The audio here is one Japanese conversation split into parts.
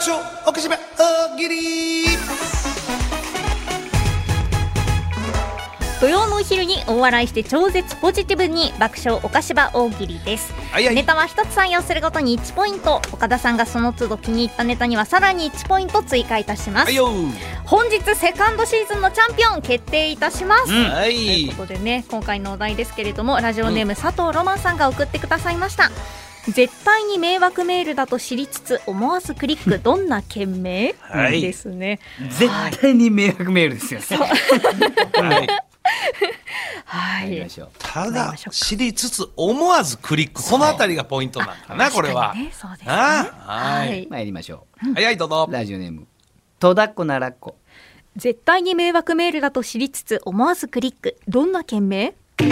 笑おかしば大喜利。 土曜のお昼に大笑いして超絶ポジティブに爆笑おかしば大喜利です。ネタは一つ採用するごとに1ポイント、岡田さんがその都度気に入ったネタにはさらに1ポイント追加いたします。本日セカンドシーズンのチャンピオン決定いたします、ということでね、今回のお題ですけれども、ラジオネーム佐藤ロマンさんが送ってくださいました。絶対に迷惑メールだと知りつつ思わずクリック、どんな件名、ですね。 絶対に迷惑メールですよね。 はい、 ただ知りつつ思わずクリック、このあたりがポイントなのかな、これは。 そうですね。 はい、参りましょう。 はい、どうぞ。 ラジオネームとだっこならっこ。 絶対に迷惑メールだと知りつつ思わずクリック、どんな件名。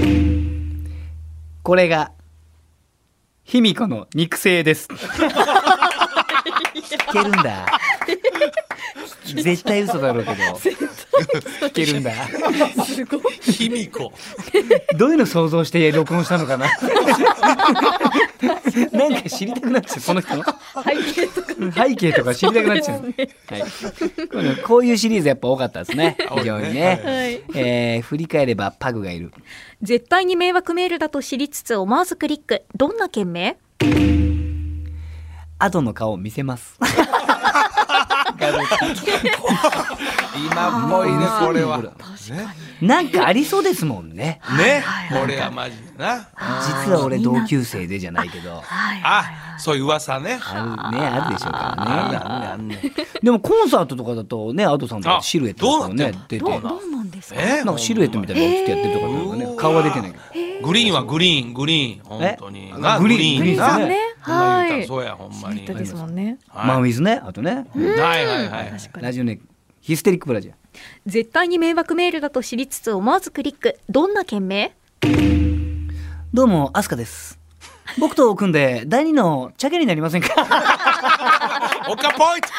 これが卑弥呼の肉声です。聞けるんだ。絶対嘘だろうけど聞けるんだ。 すごい。 卑弥呼。 どういうの想像して録音したのかな。なんか知りたくなっちゃう、この人の背景とか知りたくなっちゃう、はい、こういうシリーズやっぱ多かったですね、非常にね、振り返ればパグがいる。 絶対に迷惑メールだと知りつつ思わずクリック、どんな件名。 アドの顔を見せます。 今っぽいね、これは。 なんかありそうですもんね。 ね、これはマジでな。 実は俺同級生でじゃないけど、 そういう噂ね。 あるね、あるでしょうからね。でもコンサートとかだとね、アドさんとかシルエットとかね出て、 どうなんですか。 なんかシルエットみたいなのをちょっとやってるとかね、顔は出てないけど。 グリーンはグリーン、グリーン、本当に。 グリーンですね。 はい。 そうや、ほんまに。 ですもんね。 マンウィズね、あとね。 はいはいはい。 ラジオネームヒステリックブラジャー。 絶対に迷惑メールだと知りつつ思わずクリック、どんな件名。 どうもアスカです。僕と組んで第2のチャゲになりませんか。 オカポイント。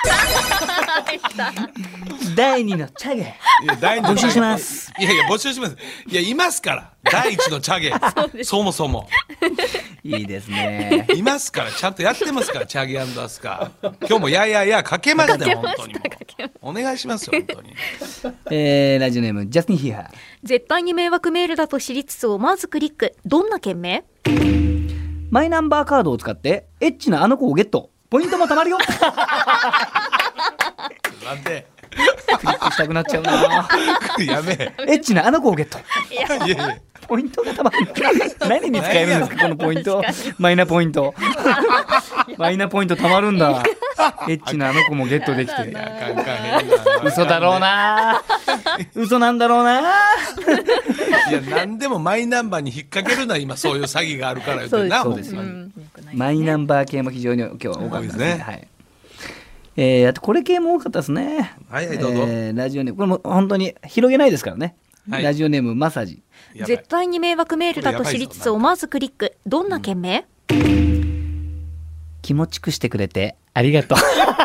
第2のチャゲ募集します。 いやいや、募集します。いや、いますから第1のチャゲ。そもそもいいですね。 いますから、ちゃんとやってますから、チャゲ&アスカ。今日もやかけましたよ、本当に。お願いしますよ、本当に。 ラジオネームジャスティン・ヒーハー。 絶対に迷惑メールだと知りつつ思わずクリック、どんな件名。 マイナンバーカードを使ってエッチなあの子をゲット、ポイントも貯まるよ。 なんでクリックしたくなっちゃうな。 やめえ。 エッチなあの子をゲット、 いやいや、 ポイントがたまる。何に使えるんですかこのポイント。マイナポイント。マイナポイントたまるんだ。エッチなあの子もゲットできて。嘘だろうな。嘘なんだろうな。 いや、何でもマイナンバーに引っ掛けるな、今そういう詐欺があるから言ってな。 そうですよ、マイナンバー系も非常に今日は多かったですね。はい、あとこれ系も多かったですね。 はいはい、どうぞ。 ラジオネーム、これも本当に広げないですからね。ラジオネームマッサージ。 絶対に迷惑メールだと知りつつ思わずクリック、どんな件名。 気持ちくしてくれてありがとう。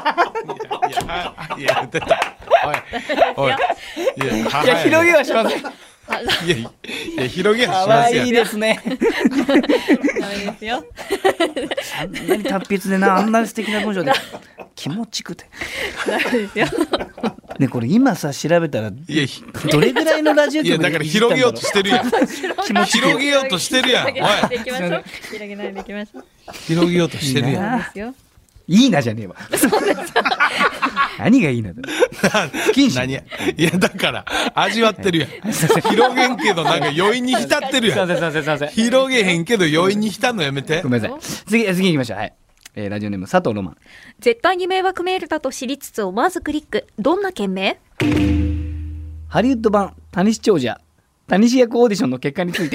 いや、出た。おいいや、広げはしません。 いや、広げはしますよ。 いいですね。 ダメですよ。 あんなに達筆でな、あんな素敵な文章で気持ちくて。 ダメですよ。 ね、これ今さ調べたらどれぐらいのラジオ局でだから広げようとしてるやん。広げようとしてるやん。おい、 広げないでいきましょう。 広げようとしてるやん。 いいなじゃねえわ。何がいいなだ。不謹慎。 いや、だから味わってるやん。広げんけどなんか余韻に浸ってるやん。広げへんけど余韻に浸るのやめて。 ごめんなさい。次行きましょう。はい。ラジオネーム佐藤ロマン。 絶対に迷惑メールだと知りつつ思わずクリック、どんな件名。 ハリウッド版タニシ長者タニシ役オーディションの結果について。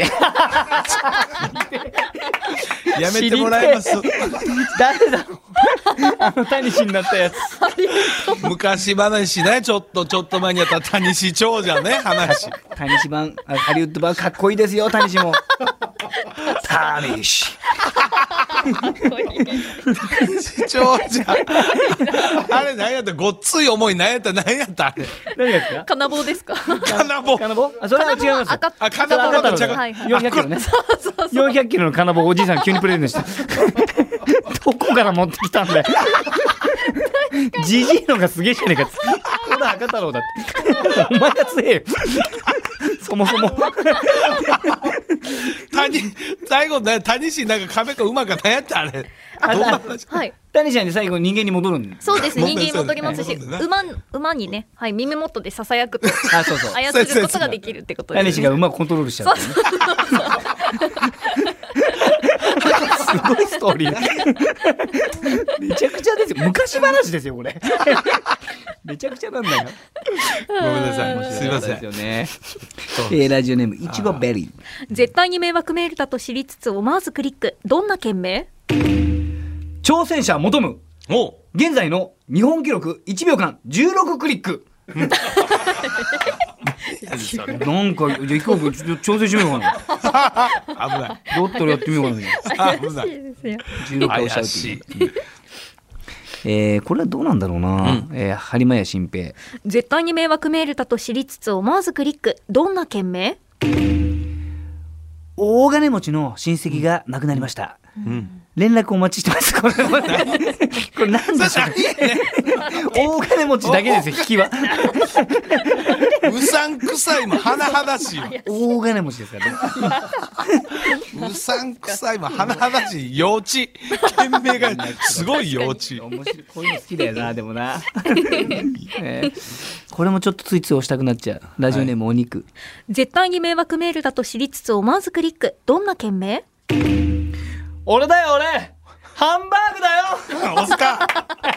やめてもらえます。 誰だろう。あのタニシになったやつ。 昔話ね、ちょっと前にやったタニシ長者ね、話。 タニシ版、ハリウッド版かっこいいですよ、タニシも。タニシ。 長者。あれ何やった、ごっつい思い何やった、あれ。 何ですか。 金棒ですか。 金棒。 あ、それは違います。 金棒だと違う。 400キロね。400キロの金棒おじいさん急にプレゼントした。どこから持ってきたんだよ。 ジジイのがすげえじゃねえか。これ赤太郎だって。お前が強えよ。そもそも。 最後谷氏なんか亀か馬か何やってあれ。 はい。 谷ちゃんで最後人間に戻るんで。 そうですね、人間に戻りますし、馬にね、はい、耳元で囁くとそうそう操ることができるってことですね。 谷氏が馬をコントロールしちゃう、ね。すごいストーリー。めちゃくちゃですよ。昔話ですよこれ。めちゃくちゃなんだよ。 ごめんなさい。すいません。 ですよね。ラジオネームいちごベリー。 絶対に迷惑メールだと知りつつ思わずクリック。どんな件名？ 挑戦者求む。現在の日本記録1秒間16クリック。なんかじゃあ行こう挑戦してみようかな。 危ない。 だったらやってみようかな。 危ない。 16回押しちゃうっていう。これはどうなんだろうな。播磨屋新平。 絶対に迷惑メールだと知りつつ思わずクリック。どんな件名？ 大金持ちの親戚が亡くなりました。連絡お待ちしてます。これ何でしょう。大金持ちだけですよ、引きは。 うさんくさいも甚だしい。 大金持ちですからね。 うさんくさいも甚だしい。幼稚。件名がすごい幼稚。 面白い。こういうの好きだよな、でもな。これもちょっとついつい押したくなっちゃう。ラジオネームお肉。 絶対に迷惑メールだと知りつつ思わずクリック。どんな件名？ 俺だよ俺、ハンバーグだよ。 押すか。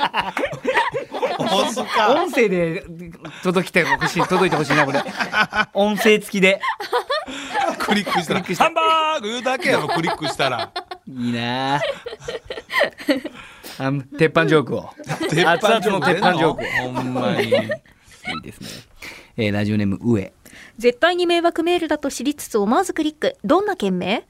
押すか。 音声で届いてほしいなこれ。音声付きでクリックしたらハンバーグ言うだけやろ。クリックしたらいいな。鉄板ジョークを。熱々の鉄板ジョークを。ほんまにいいですね。ラジオネーム上。 絶対に迷惑メールだと知りつつ思わずクリック。どんな件名？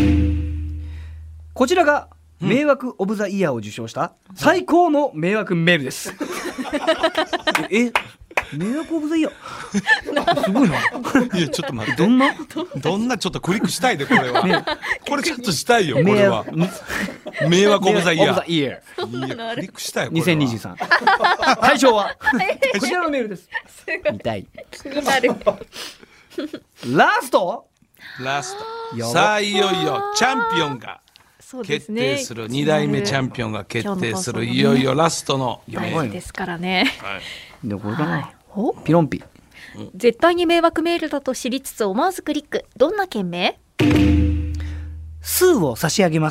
こちらが迷惑オブザイヤーを受賞した最高の迷惑メールです。迷惑オブザイヤーすごいな。 いやちょっと待って。 どんなちょっとクリックしたいでこれは。これちょっとしたいよこれは。迷惑オブザイヤー。いやクリックしたいよ。 2023。対象はこちらのメールです。見たい。 気になる。 ラスト。 さあいよいよチャンピオンが決定する、2代目チャンピオンが決定する、いよいよラストのですからね。 でこれかな。ピロンピ。 絶対に迷惑メールだと知りつつ思わずクリック。どんな件名？ スーを差し上げます。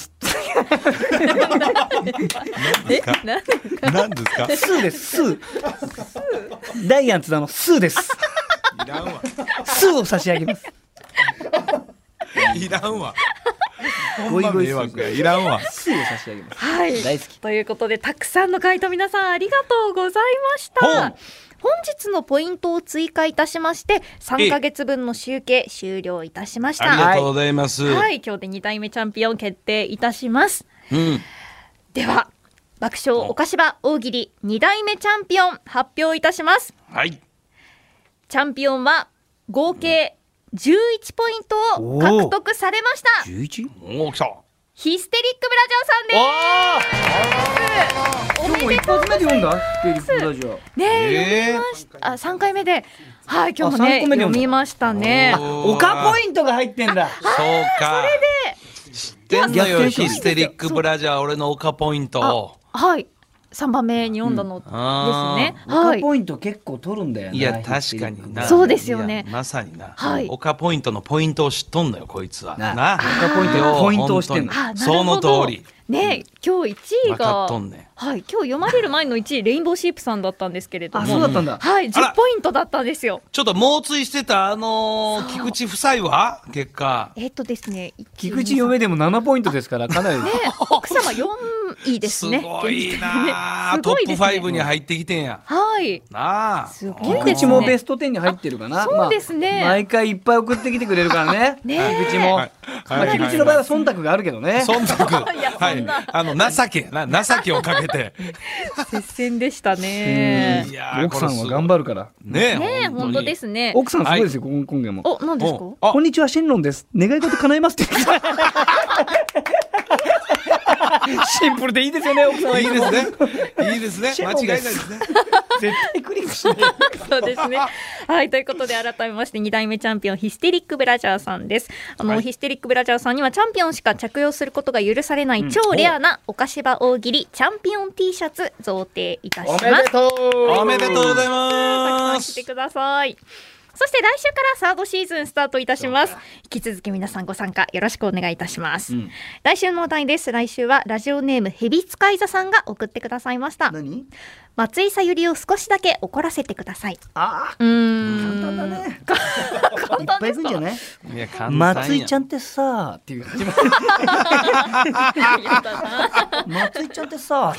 何ですか？ スーです。スー。ダイアン津田のスーです。 いらんわ。 スーを差し上げます。 いらんわ。 ゴイゴイ迷惑やいらんわ。 スーを差し上げます。 はい。 大好き。 ということでたくさんの回答皆さんありがとうございました。本日のポイントを追加いたしまして3ヶ月分の集計終了いたしました。 ありがとうございます。 はい、今日で2代目チャンピオン決定いたします。では爆笑おかしば大喜利2代目チャンピオン発表いたします。 はい。 チャンピオンは合計11ポイントを獲得されました。 11？ おー来た。 ヒステリックブラジャーさんです。おめでとうございます。 今日も一発目で読んだヒステリックブラジャー。 ねえ、読みました。3回目で、はい、今日もね読みましたね。 岡ポイントが入ってんだ。 そうか。知ってんのよヒステリックブラジャー、俺の岡ポイントを。 はい。3番目に読んだのですね。 岡ポイント結構取るんだよね。 いや確かにな。 そうですよね。 まさにな。 はい。 岡ポイントのポイントを知っとんのよこいつは。 な。岡ポイントのポイントを知ってんの。 その通り。 ね、今日1位が、 ね、 はい、今日読まれる前の1位レインボーシープさんだったんですけれども、 そうだったんだ。 はい、10ポイントだったんですよ。 ちょっと猛追してた菊池夫妻は結果ですね、 菊池嫁でも7ポイントですからかなり、 ね、奥様4位ですね。 すごいな、トップ5に入ってきてんや。 はい。 なあ、 すごいですね。 菊池もベスト10に入ってるかな。 そうですね。 毎回いっぱい送ってきてくれるからね。菊池も。菊池の場合は忖度があるけどね。 忖度。はい。情けをかけて。 接戦でしたね。 奥さんは頑張るから。 ね、本当ですね。 奥さんすごいですよ今回も。 お、何ですか。 こんにちは、シェンロンです。願い事叶えますって。 シンプルでいいですよね、奥さんは。 いいですね。いいですね。間違いないですね。 絶対クリックしない。 そうですね。はい、ということで改めまして2代目チャンピオンヒステリックブラジャーさんです。ヒステリックブラジャーさんにはチャンピオンしか着用することが許されない超レアなおかしば大喜利チャンピオン T シャツ贈呈いたします。 おめでとうございます。 たくさん着てください。そして来週からサードシーズンスタートいたします。引き続き皆さんご参加よろしくお願いいたします。来週のお題です。来週はラジオネームヘビ使い座さんが送ってくださいました。松井さゆりを少しだけ怒らせてください。 簡単だね。簡単ですか。いっぱいいくんじゃない？松井ちゃんってさっていう。松井ちゃんってさ。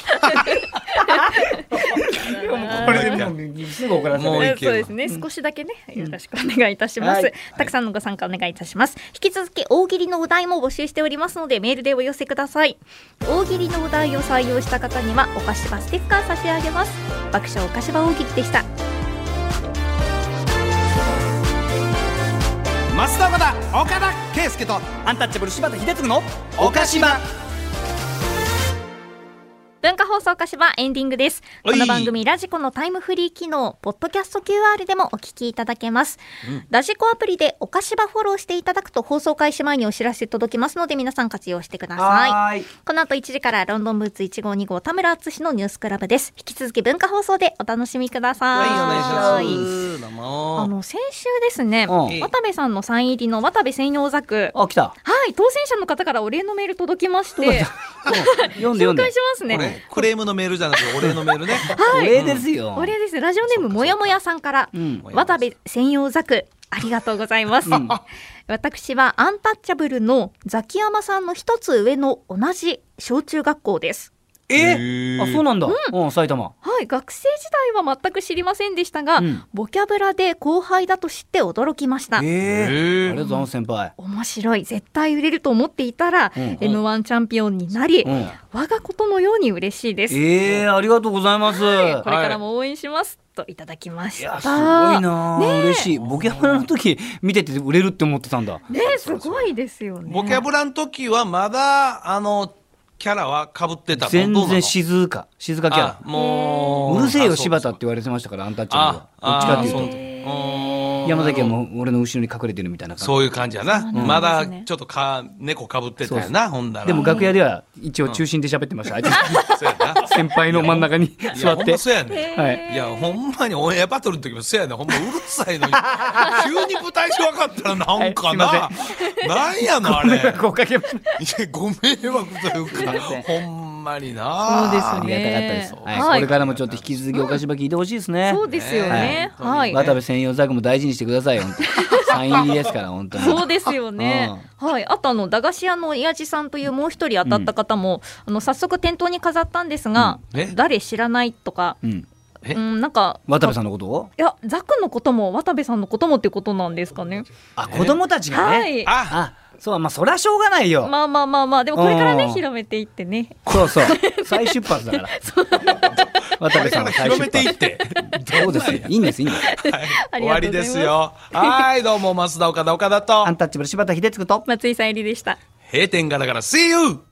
これでもうすぐ怒らせる。 そうですね。少しだけね、よろしくお願いいたします。たくさんのご参加お願いいたします。引き続き大喜利のお題も募集しておりますのでメールでお寄せください。大喜利のお題を採用した方にはお菓子場ステッカー差し上げます。爆笑おかしば大喜利でした。 増田岡田岡田圭佑とアンタッチャブル柴田秀嗣のおかしば。 文化放送かしばエンディングです。この番組ラジコのタイムフリー機能ポッドキャスト QR でもお聞きいただけます、ラジコアプリでおかしばフォローしていただくと放送開始前にお知らせ届きますので皆さん活用してください。この後1時からロンドンブーツ1号2号田村敦のニュースクラブです。引き続き文化放送でお楽しみください。 お願いします。先週ですね、渡部さんのサイン入りの渡部専用ザク、 来た。 はい、当選者の方からお礼のメール届きまして読んで紹介しますね。 クレームのメールじゃなくてお礼のメールね。 はい、 お礼ですよ。 お礼です。ラジオネームもやもやさんから、渡部専用ザクありがとうございます、私はアンタッチャブルのザキヤマさんの一つ上の同じ小中学校です。 そうなんだ。埼玉。 はい、学生時代は全く知りませんでしたが、ボキャブラで後輩だと知って驚きました。 ありがとうございます先輩。 面白い、絶対売れると思っていたら、M1 チャンピオンになり、我がことのように嬉しいです。 ありがとうございます、 これからも応援します、といただきました。 すごいな、嬉しい。ボキャブラの時見てて売れるって思ってたんだね。すごいですよね。 ボキャブラの時はまだキャラは被ってた。 全然静かキャラ。 もううるせえよ柴田って言われてましたから、アンタッチャブルは。どっちかっていうと山崎はもう俺の後ろに隠れてるみたいな感じ。 そういう感じやな。まだちょっと猫被ってたよな。ほんだらでも楽屋では一応中心で喋ってました。先輩の真ん中に座って。 そうやね。いやほんまにオンエアバトルの時もそうやね。ほんまうるさいのに急に舞台上分かったらなんかな、なんやのあれ。 ご迷惑ご迷惑というかほんまにな。 そうですね。 ありがたかったです。これからもちょっと引き続きおかしば聞いてほしいですね。 そうですよね。 渡部専用ザクも大事にしてくださいよ。サイン入りですから本当に。 そうですよね。はい。あと駄菓子屋の親父さんというもう一人当たった方も早速店頭に飾ったんですが、誰知らないとか。なんか渡部さんのことを、 いやザクのことも渡部さんのこともってことなんですかね。 子供たちがね。そう、そりゃしょうがないよ。 まあでもこれからね広めていってね。 そう再出発だから渡部さんは広めていってそうですよ。いいんです。 終わりですよ。はい、どうも増田岡田とアンタッチャブル柴田秀嗣と松井さゆりでした。 閉店ガラガラ See you。